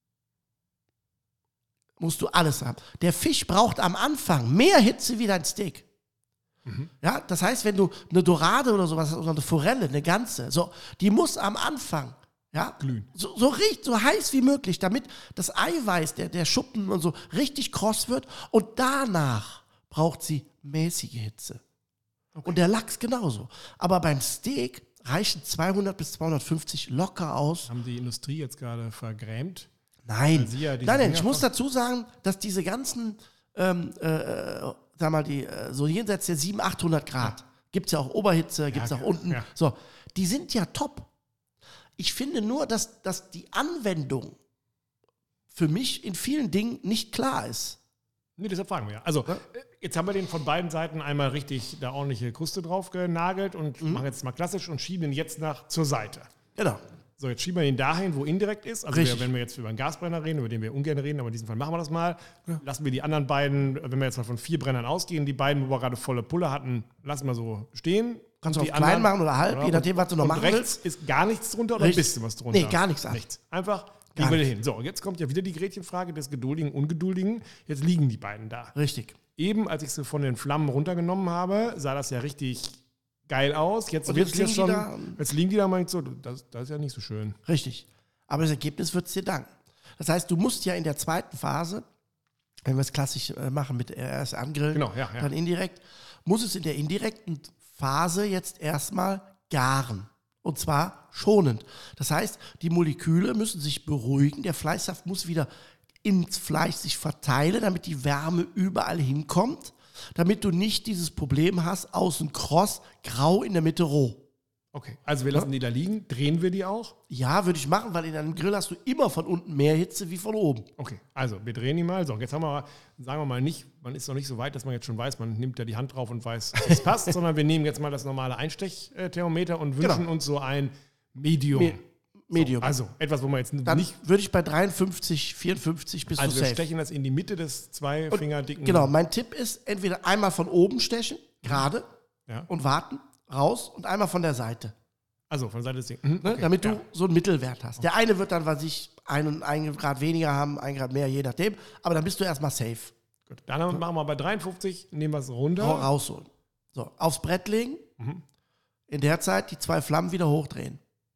musst du alles haben. Der Fisch braucht am Anfang mehr Hitze wie dein Steak. Mhm. Ja, das heißt, wenn du eine Dorade oder sowas hast, oder eine Forelle, eine ganze, so, die muss am Anfang ja, glühen. So, so, richtig, so heiß wie möglich, damit das Eiweiß, der, der Schuppen und so richtig kross wird und danach braucht sie mäßige Hitze. Okay. Und der Lachs genauso. Aber beim Steak reichen zweihundert bis zweihundertfünfzig locker aus. Haben die Industrie jetzt gerade vergrämt? Nein, ja nein, nein, ich muss dazu sagen, dass diese ganzen, ähm, äh, sag mal, die, äh, so jenseits der siebenhundert, achthundert Grad, ja. gibt es ja auch Oberhitze, gibt es ja, auch unten, ja. so, die sind ja top. Ich finde nur, dass, dass die Anwendung für mich in vielen Dingen nicht klar ist. Nee, deshalb fragen wir ja. Also, ja? jetzt haben wir den von beiden Seiten einmal richtig da ordentliche Kruste drauf genagelt und mhm. machen jetzt mal klassisch und schieben ihn jetzt nach zur Seite. Genau. So, jetzt schieben wir ihn dahin, wo indirekt ist. Also wir, wenn wir jetzt über einen Gasbrenner reden, über den wir ungern reden, aber in diesem Fall machen wir das mal, ja. lassen wir die anderen beiden, wenn wir jetzt mal von vier Brennern ausgehen, die beiden, wo wir gerade volle Pulle hatten, lassen wir so stehen. Kannst du auf klein machen oder halb, oder? Je nachdem, was du noch und machen rechts willst. ist gar nichts drunter oder ein bisschen was drunter? Nee, gar nichts. Nichts. Einfach Kriegen wir hin. So, jetzt kommt ja wieder die Gretchenfrage des geduldigen, ungeduldigen. Jetzt liegen die beiden da. Richtig. Eben, als ich sie von den Flammen runtergenommen habe, sah das ja richtig geil aus. Jetzt, Und wird's jetzt liegen ja schon, die da. jetzt liegen die da mal so, das, das ist ja nicht so schön. Richtig. Aber das Ergebnis wird es dir danken. Das heißt, du musst ja in der zweiten Phase, wenn wir es klassisch äh, machen mit erst angrillen, Genau, ja, ja. dann indirekt, muss es in der indirekten Phase jetzt erstmal garen. Und zwar schonend. Das heißt, die Moleküle müssen sich beruhigen, der Fleischsaft muss wieder ins Fleisch sich verteilen, damit die Wärme überall hinkommt, damit du nicht dieses Problem hast, außen kross, grau, in der Mitte roh. Okay, also wir lassen ja. die da liegen. Drehen wir die auch? Ja, würde ich machen, weil in einem Grill hast du immer von unten mehr Hitze wie von oben. Okay, also wir drehen die mal. So, jetzt haben wir, sagen wir mal nicht, man ist noch nicht so weit, dass man jetzt schon weiß, man nimmt da die Hand drauf und weiß, es passt, sondern wir nehmen jetzt mal das normale Einstechthermometer und wünschen Genau. uns so ein Medium. Me- Medium. So, also etwas, wo man jetzt Dann nicht... würde ich bei dreiundfünfzig, vierundfünfzig bis Also zu wir safe. stechen das in die Mitte des zwei Finger dicken... Genau, mein Tipp ist, entweder einmal von oben stechen, gerade, Ja. und warten, raus, und einmal von der Seite. Also von der Seite des Ding. Mhm, Ne, okay, damit du ja. so einen Mittelwert hast. Der eine wird dann, was ich, einen, einen Grad weniger haben, einen Grad mehr, je nachdem. Aber dann bist du erstmal safe. Gut. Dann machen wir bei dreiundfünfzig, nehmen wir es runter. Ra- Rausholen. So, aufs Brett legen. Mhm. In der Zeit die zwei Flammen wieder hochdrehen.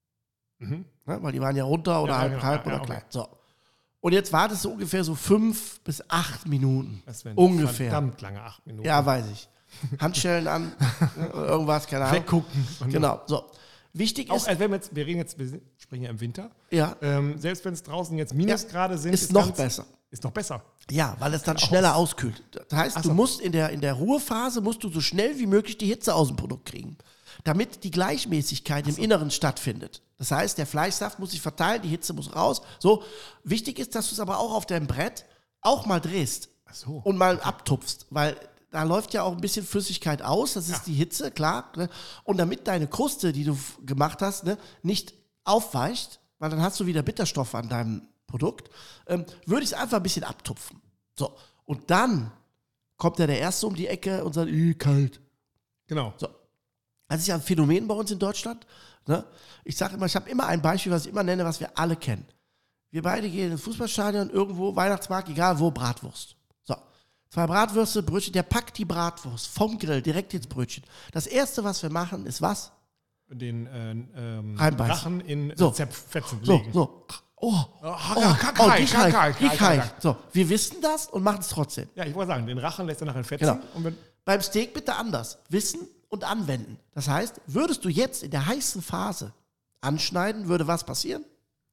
Mhm. Ne, weil die waren ja runter oder Ja, halb, genau, halb ja, oder ja, klein. okay. So. Und jetzt wartest du ungefähr so fünf bis acht Minuten. Das wären Ungefähr. verdammt lange acht Minuten. Ja, weiß ich. Handschellen an, ne, oder irgendwas, keine Ahnung. Weggucken. Und Genau, so. Wichtig Auch ist, als wenn wir jetzt, wir reden jetzt, wir sprechen ja im Winter. ja, Ähm, selbst wenn es draußen jetzt Minusgrade sind, ist noch ganz- besser. Ist noch besser. Ja, weil es dann schneller auskühlt. Das heißt, Ach du so. musst in der, in der Ruhephase musst du so schnell wie möglich die Hitze aus dem Produkt kriegen, damit die Gleichmäßigkeit im Inneren stattfindet. Das heißt, der Fleischsaft muss sich verteilen, die Hitze muss raus. So, wichtig ist, dass du es aber auch auf deinem Brett auch mal drehst Ach so. und mal abtupfst, weil da läuft ja auch ein bisschen Flüssigkeit aus, das ist die Hitze, klar. Ne? Und damit deine Kruste, die du f- gemacht hast, ne, nicht aufweicht, weil dann hast du wieder Bitterstoffe an deinem Produkt, ähm, würde ich es einfach ein bisschen abtupfen. So, und dann kommt ja der Erste um die Ecke und sagt, äh, kalt. Genau. So. Das ist ja ein Phänomen bei uns in Deutschland. Ne? Ich sage immer, ich habe immer ein Beispiel, was ich immer nenne, was wir alle kennen. Wir beide gehen ins Fußballstadion, irgendwo, Weihnachtsmarkt, egal wo, Bratwurst. So, zwei Bratwürste, Brötchen, der packt die Bratwurst vom Grill direkt ins Brötchen. Das Erste, was wir machen, ist was? Den äh, ähm, Reinbeißen. Rachen in So. Zäpfetzen So, legen. so. Oh, oh, Oh, oh, kalt, die kalt, kalt, die kalt, kalt. kalt. So, wir wissen das und machen es trotzdem. Ja, ich wollte sagen, den Rachen lässt er nachher fetzen. Genau. Und wenn, Beim Steak bitte anders. Wissen und anwenden. Das heißt, würdest du jetzt in der heißen Phase anschneiden, würde was passieren?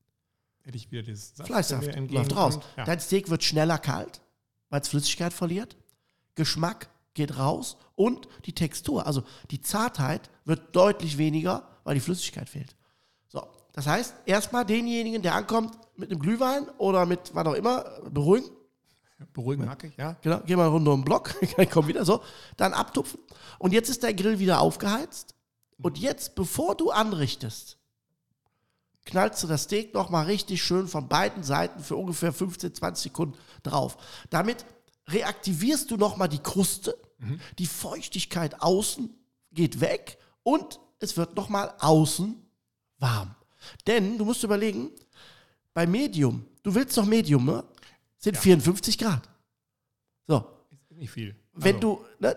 hätte ich wieder dieses Saft, Fleischsaft der mir läuft raus. entgegenkommt. Ja. Dein Steak wird schneller kalt, weil es Flüssigkeit verliert. Geschmack geht raus und die Textur, also die Zartheit, wird deutlich weniger, weil die Flüssigkeit fehlt. So, das heißt, erstmal denjenigen, der ankommt mit einem Glühwein oder mit was auch immer, beruhigen. Beruhigen mag ich, ja. Genau, geh mal eine Runde um den Block, komm wieder so, dann abtupfen. Und jetzt ist dein Grill wieder aufgeheizt. Und jetzt, bevor du anrichtest, knallst du das Steak nochmal richtig schön von beiden Seiten für ungefähr fünfzehn, zwanzig Sekunden drauf. Damit reaktivierst du nochmal die Kruste, mhm. die Feuchtigkeit außen geht weg und es wird nochmal außen warm. Denn du musst überlegen, bei Medium, du willst doch Medium, ne? Sind Ja. vierundfünfzig Grad. So, Ist nicht viel. wenn Also, du, ne,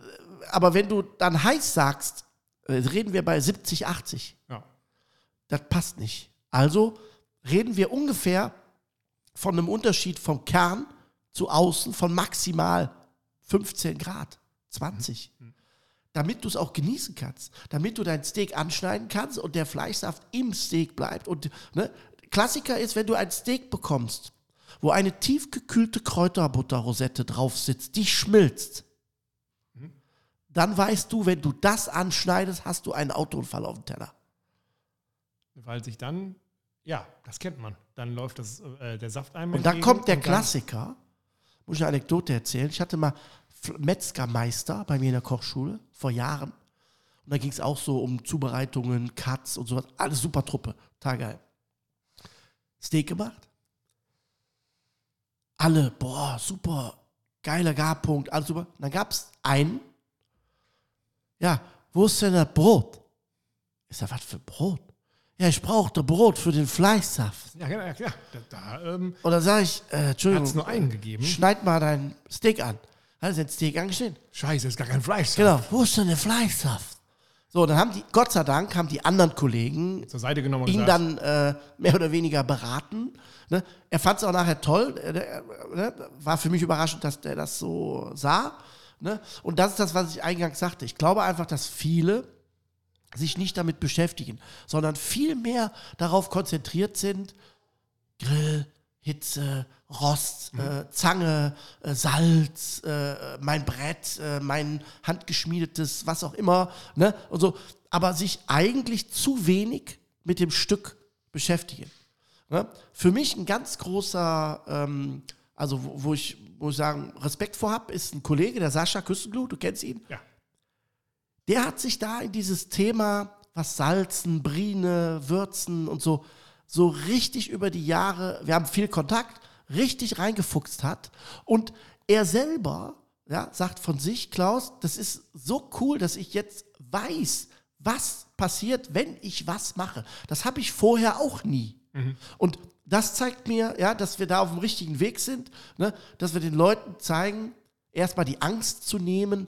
aber wenn du dann heiß sagst, äh, reden wir bei siebzig, achtzig. Ja. Das passt nicht. Also reden wir ungefähr von einem Unterschied vom Kern zu außen von maximal fünfzehn Grad, zwanzig. Mhm. Damit du es auch genießen kannst. Damit du dein Steak anschneiden kannst und der Fleischsaft im Steak bleibt. Und ne, Klassiker ist, wenn du ein Steak bekommst, wo eine tiefgekühlte Kräuterbutterrosette drauf sitzt, die schmilzt, mhm. dann weißt du, wenn du das anschneidest, hast du einen Autounfall auf dem Teller. Weil sich dann, ja, das kennt man. Dann läuft das, äh, der Saft einem Und dann entgegen kommt der und dann- Klassiker, muss ich eine Anekdote erzählen. Ich hatte mal F- Metzgermeister bei mir in der Kochschule vor Jahren. Und da ging es auch so um Zubereitungen, Cuts und sowas. Alles super Truppe, total geil. Steak gemacht. Alle, boah, super, geiler Garpunkt, alles super. Und dann gab es einen, ja, wo ist denn das Brot? Ich sag, was für Brot? Ja, ich brauchte Brot für den Fleischsaft. Ja, ja, ja. Da, da ähm, Und dann sage ich, äh, hat Entschuldigung, es nur einen gegeben. schneid mal dein Steak an. Hat er sein Steak angeschnitten? Scheiße, ist gar kein Fleisch. Genau, wo ist denn der Fleischsaft? So, dann haben die, Gott sei Dank, haben die anderen Kollegen Zur Seite genommen und ihn gesagt, dann äh, mehr oder weniger beraten. Ne? Er fand es auch nachher toll. Äh, der, ne? War für mich überraschend, dass der das so sah. Ne? Und das ist das, was ich eingangs sagte. Ich glaube einfach, dass viele sich nicht damit beschäftigen, sondern viel mehr darauf konzentriert sind, Grill, Hitze, Rost, mhm. äh, Zange, äh, Salz, äh, mein Brett, äh, mein handgeschmiedetes, was auch immer, ne? Und so, aber sich eigentlich zu wenig mit dem Stück beschäftigen. Ne? Für mich ein ganz großer, ähm, also wo, wo ich wo ich sagen, Respekt vor habe, ist ein Kollege, der Sascha Küstenglut, du kennst ihn? Ja. Der hat sich da in dieses Thema, was Salzen, Brine, Würzen und so, so richtig über die Jahre, wir haben viel Kontakt, richtig reingefuchst hat. Und er selber, ja, sagt von sich, Klaus, das ist so cool, dass ich jetzt weiß, was passiert, wenn ich was mache. Das habe ich vorher auch nie. Mhm. Und das zeigt mir, ja, dass wir da auf dem richtigen Weg sind, ne? Dass wir den Leuten zeigen, erstmal die Angst zu nehmen,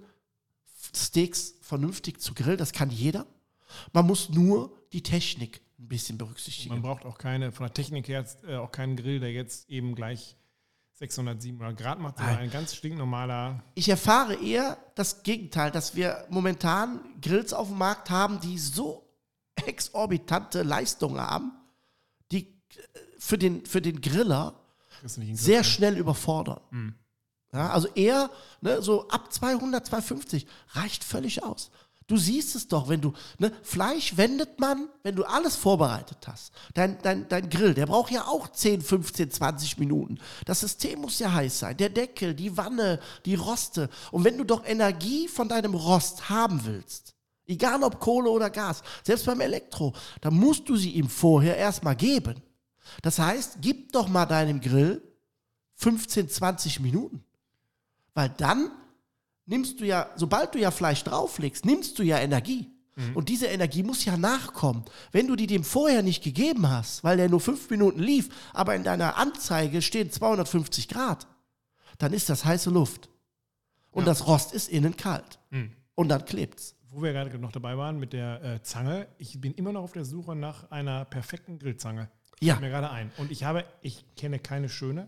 Steaks vernünftig zu grillen, das kann jeder. Man muss nur die Technik ein bisschen berücksichtigen. Man braucht auch keine, von der Technik her, äh, auch keinen Grill, der jetzt eben gleich sechshundert, siebenhundert Grad macht, sondern ein ganz stinknormaler. Ich erfahre eher das Gegenteil, dass wir momentan Grills auf dem Markt haben, die so exorbitante Leistungen haben, die für den, für den Griller sehr schnell überfordern. Mhm. Ja, also eher ne, so ab zweihundert, zweihundertfünfzig reicht völlig aus. Du siehst es doch, wenn du, ne, Fleisch wendet man, wenn du alles vorbereitet hast. Dein, dein, dein Grill, der braucht ja auch zehn, fünfzehn, zwanzig Minuten. Das System muss ja heiß sein. Der Deckel, die Wanne, die Roste. Und wenn du doch Energie von deinem Rost haben willst, egal ob Kohle oder Gas, selbst beim Elektro, dann musst du sie ihm vorher erstmal geben. Das heißt, gib doch mal deinem Grill fünfzehn, zwanzig Minuten. Weil dann nimmst du ja, sobald du ja Fleisch drauflegst, nimmst du ja Energie. Mhm. Und diese Energie muss ja nachkommen. Wenn du die dem vorher nicht gegeben hast, weil der nur fünf Minuten lief, aber in deiner Anzeige stehen zweihundertfünfzig Grad, dann ist das heiße Luft. Und ja. Das Rost ist innen kalt. Mhm. Und dann klebt's. Wo wir gerade noch dabei waren mit der äh, Zange, ich bin immer noch auf der Suche nach einer perfekten Grillzange. Ja. Fällt mir gerade ein. Und ich habe, ich kenne keine schöne.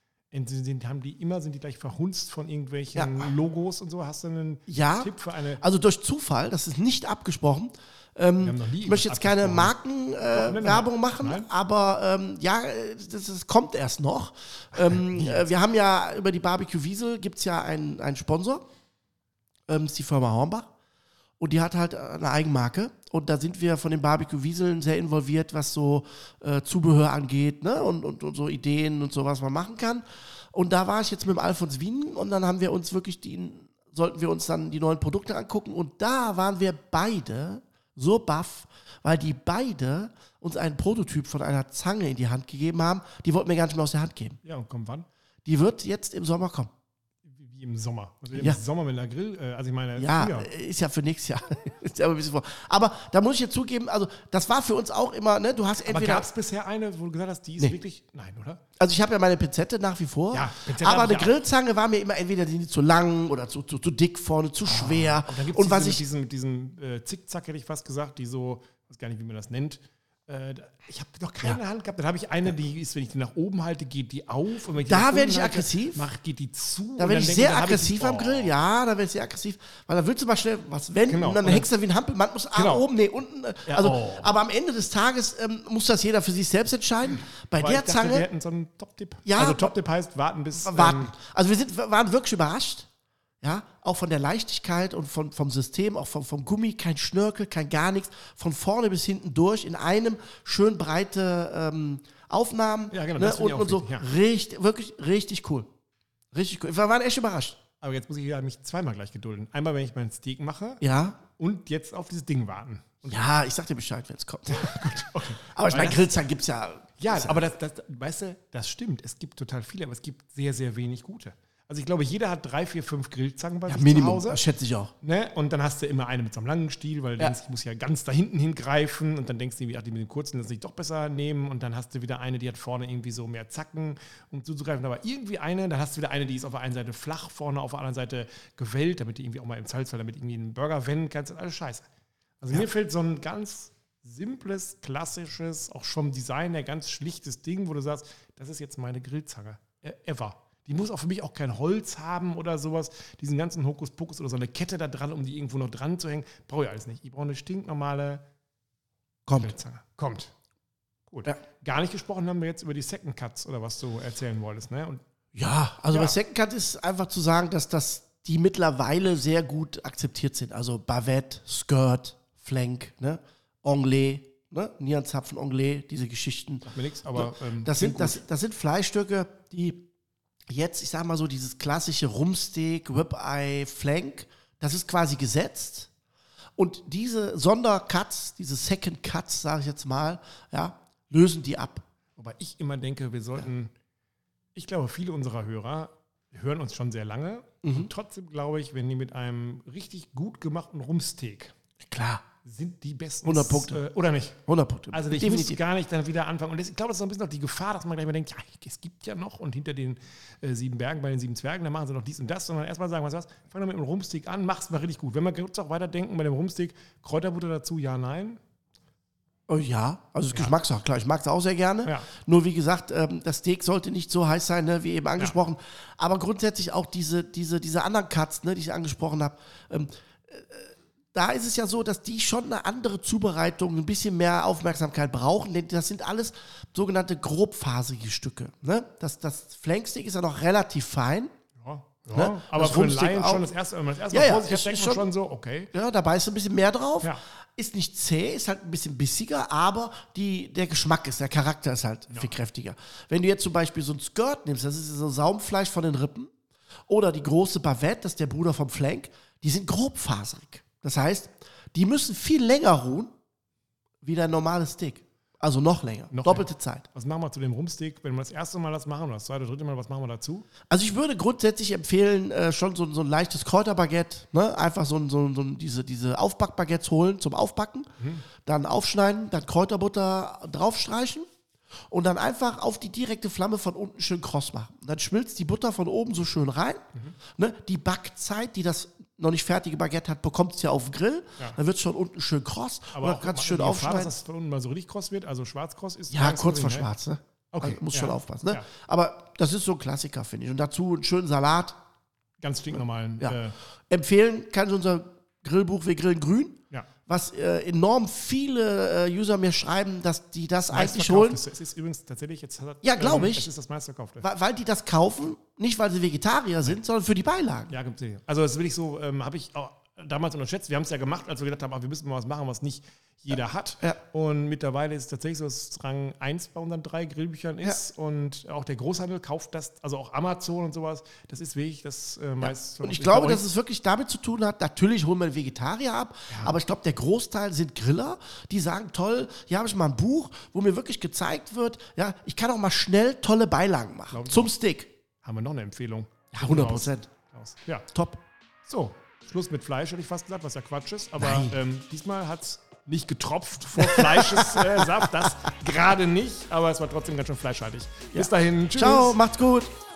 Sind, haben die immer, sind die gleich verhunzt von irgendwelchen ja. Logos und so? Hast du einen ja. Tipp für eine? Also durch Zufall, das ist nicht abgesprochen. Ähm, ich möchte jetzt keine Markenwerbung äh, machen, Nein. aber ähm, ja, das, das kommt erst noch. Ähm, äh, wir haben ja über die Barbecue Wiesel gibt es ja einen, einen Sponsor, ähm, das ist die Firma Hornbach. Und die hat halt eine Eigenmarke. Und da sind wir von den Barbecue Wieseln sehr involviert, was so äh, Zubehör angeht, ne? Und, und, und so Ideen und so, was man machen kann. Und da war ich jetzt mit dem Alfons Wien und dann haben wir uns wirklich die, sollten wir uns dann die neuen Produkte angucken. Und da waren wir beide so baff, weil die beide uns einen Prototyp von einer Zange in die Hand gegeben haben. Die wollten wir gar nicht mehr aus der Hand geben. Ja, und kommt wann? Die wird jetzt im Sommer kommen. Wie im Sommer. Also im ja. Sommer mit einer Grill, äh, also ich meine... Ja, früher. Ist ja für nächstes Jahr. Ist ja ein bisschen vor. Aber da muss ich jetzt zugeben, also das war für uns auch immer, ne, du hast entweder... Aber gab es bisher eine, wo du gesagt hast, die ist nee. wirklich... Nein, oder? Also ich habe ja meine Pinzette nach wie vor, ja, aber eine Grillzange war mir immer entweder die zu lang oder zu, zu, zu dick vorne, zu schwer. Oh, und dann gibt es diese, diesen, mit diesem äh, Zickzack, hätte ich fast gesagt, die so, ich weiß gar nicht, wie man das nennt. Äh, ich habe noch keine ja. Hand gehabt. Dann habe ich eine, die ist, wenn ich die nach oben halte, geht die auf. Und wenn ich die da werde ich halte, aggressiv. Mach, geht die zu. Da werde ich sehr aggressiv am Grill. Ja, da werde ich sehr aggressiv. Weil da willst du mal schnell was wenden genau. und dann und hängst du wie ein Hampelmann. Muss genau. A oben, nee, unten. Ja, also, oh. Aber am Ende des Tages ähm, muss das jeder für sich selbst entscheiden. Bei aber der ich dachte, Zange. Wir hätten so einen Top-Tipp. Ja, also Top-Tipp heißt warten bis... Warten. Ähm, also wir sind, waren wirklich überrascht. Ja, auch von der Leichtigkeit und von, vom System, auch vom, vom Gummi, kein Schnörkel, kein gar nichts, von vorne bis hinten durch, in einem schön breite ähm, Aufnahmen ja, genau, ne, das und, und so. Richtig, ja. Richtig, wirklich richtig cool. Richtig cool. Wir waren echt überrascht. Aber jetzt muss ich ja mich zweimal gleich gedulden. Einmal, wenn ich meinen Steak mache ja. und jetzt auf dieses Ding warten. Und ja, ich sag dir Bescheid, wenn es kommt. Gut, okay. Aber ich meine, Grillzangen gibt es ja. Ja, aber das, das, weißt du, das stimmt. Es gibt total viele, aber es gibt sehr, sehr wenig gute. Also ich glaube, jeder hat drei, vier, fünf Grillzangen bei Ja, sich Minimum, zu Hause. das schätze ich auch. Ne? Und dann hast du immer eine mit so einem langen Stiel, weil du Ja. denkst, ich muss ja ganz da hinten hingreifen und dann denkst du irgendwie, ach, die mit den kurzen, das nicht doch besser nehmen und dann hast du wieder eine, die hat vorne irgendwie so mehr Zacken, um zuzugreifen, aber irgendwie eine, dann hast du wieder eine, die ist auf der einen Seite flach, vorne auf der anderen Seite gewellt, damit die irgendwie auch mal im Zweifelsfall damit irgendwie einen Burger wenden kannst, alles scheiße. Also Ja. mir fällt so ein ganz simples, klassisches, auch schon vom Design her ganz schlichtes Ding, wo du sagst, das ist jetzt meine Grillzange, ever. Die muss auch für mich auch kein Holz haben oder sowas. Diesen ganzen Hokuspokus oder so eine Kette da dran, um die irgendwo noch dran zu hängen. Brauche ich alles nicht. Ich brauche eine stinknormale Kommt. Grillzange. Kommt. Gut. Ja. Gar nicht gesprochen haben wir jetzt über die Second Cuts oder was du erzählen wolltest. Ne? Und Ja, also Ja. bei Second Cut ist einfach zu sagen, dass das die mittlerweile sehr gut akzeptiert sind. Also Bavette, Skirt, Flank, ne? Anglais, ne? Nierenzapfen, Anglais, diese Geschichten. sagt mir nichts, aber ähm, Das klingt sind, das, das sind Fleischstücke, die jetzt, ich sag mal so, dieses klassische Rumpsteak, Ribeye, Flank, das ist quasi gesetzt. Und diese Sondercuts, diese Second Cuts, sage ich jetzt mal, ja, lösen die ab. Wobei ich immer denke, wir sollten, ich glaube, viele unserer Hörer hören uns schon sehr lange. Mhm. Und trotzdem glaube ich, wenn die mit einem richtig gut gemachten Rumsteak Klar, sind die besten. hundert Punkte. Äh, oder nicht? hundert Punkte. Also ich muss gar nicht dann wieder anfangen. Und das, ich glaube, das ist so ein bisschen noch die Gefahr, dass man gleich mal denkt, ja, es gibt ja noch und hinter den äh, sieben Bergen, bei den sieben Zwergen, da machen sie noch dies und das, sondern erstmal sagen, was was, fang doch mit dem Rumsteak an, mach's mal richtig gut. Wenn wir jetzt auch weiterdenken bei dem Rumsteak, Kräuterbutter dazu, ja, nein. Oh ja, also das Geschmackssache, klar, ich mag es auch sehr gerne. Ja. Nur wie gesagt, ähm, das Steak sollte nicht so heiß sein, ne, wie eben angesprochen. Aber grundsätzlich auch diese, diese, diese anderen Cuts, ne, die ich angesprochen habe, ähm, äh, da ist es ja so, dass die schon eine andere Zubereitung, ein bisschen mehr Aufmerksamkeit brauchen, denn das sind alles sogenannte grobfaserige Stücke. Ne? Das, das Flanksteak ist ja noch relativ fein. Ja, ja. Ne? Aber Das für einen Rumsteak Laien auch. schon das erste, wenn man das erste Ja, Mal ja, vor sich hat, ist- denkt ist man schon- schon so, okay. Ja, da beißt du ein bisschen mehr drauf. Ja. Ist nicht zäh, ist halt ein bisschen bissiger, aber die, der Geschmack ist, der Charakter ist halt viel kräftiger. Wenn du jetzt zum Beispiel so ein Skirt nimmst, das ist so Saumfleisch von den Rippen, oder die große Bavette, das ist der Bruder vom Flank, die sind grobfaserig. Das heißt, die müssen viel länger ruhen, wie dein normales Steak. Also noch länger, Noch doppelte Zeit. Was machen wir zu dem Rumsteak, wenn wir das erste Mal das machen oder das zweite, dritte Mal, was machen wir dazu? Also ich würde grundsätzlich empfehlen, äh, schon so, so ein leichtes Kräuterbaguette, ne? Einfach so, ein- so, ein- so ein- diese, diese Aufbackbaguettes holen zum Aufbacken, dann aufschneiden, dann Kräuterbutter draufstreichen und dann einfach auf die direkte Flamme von unten schön kross machen. Dann schmilzt die Butter von oben so schön rein. Ne? Die Backzeit, die das noch nicht fertige Baguette hat, bekommt es ja auf den Grill. Ja. Dann wird es schon unten schön kross und dann auch kannst du die schön Gefahr, aufschneiden. dass das von unten mal so richtig kross wird, also schwarz-kross ist. Ja, langsam kurz vor drin, ne? schwarz, ne? Okay, Also muss ja. schon aufpassen, ne? Ja. Aber das ist so ein Klassiker, finde ich. Und dazu einen schönen Salat. Ganz stinknormalen. Ja. Äh, Empfehlen kann ich unser Grillbuch Wir grillen grün, ja. was äh, enorm viele äh, User mir schreiben, dass die das eigentlich holen, Meistverkauftes. Es ist übrigens tatsächlich jetzt. Hat, Ja, glaube ähm, ich. Es ist das meistverkaufte. weil, weil die das kaufen, nicht weil sie Vegetarier sind, sondern für die Beilagen. Ja, gibt's sicher. Also das will ich so, ähm, habe ich auch damals unterschätzt. Wir haben es ja gemacht, als wir gedacht haben, ach, wir müssen mal was machen, was nicht jeder hat. Ja. Und mittlerweile ist es tatsächlich so, dass es Rang eins bei unseren drei Grillbüchern ist. Und auch der Großhandel kauft das, also auch Amazon und sowas. Das ist wirklich das äh, meist. Und ich glaube, dass es wirklich damit zu tun hat, natürlich holen wir Vegetarier ab, aber ich glaube, der Großteil sind Griller, die sagen, toll, hier habe ich mal ein Buch, wo mir wirklich gezeigt wird, ja, ich kann auch mal schnell tolle Beilagen machen. Glaub ich Zum auch. Steak. Haben wir noch eine Empfehlung? Ja, hundert Prozent. Raus. Ja, Top. so. Schluss mit Fleisch, hätte ich fast gesagt, was ja Quatsch ist. Aber Nein. ähm, diesmal hat es nicht getropft vor Fleischessaft, das gerade nicht, aber es war trotzdem ganz schön fleischhaltig. Bis dahin, tschüss. Ciao, macht's gut.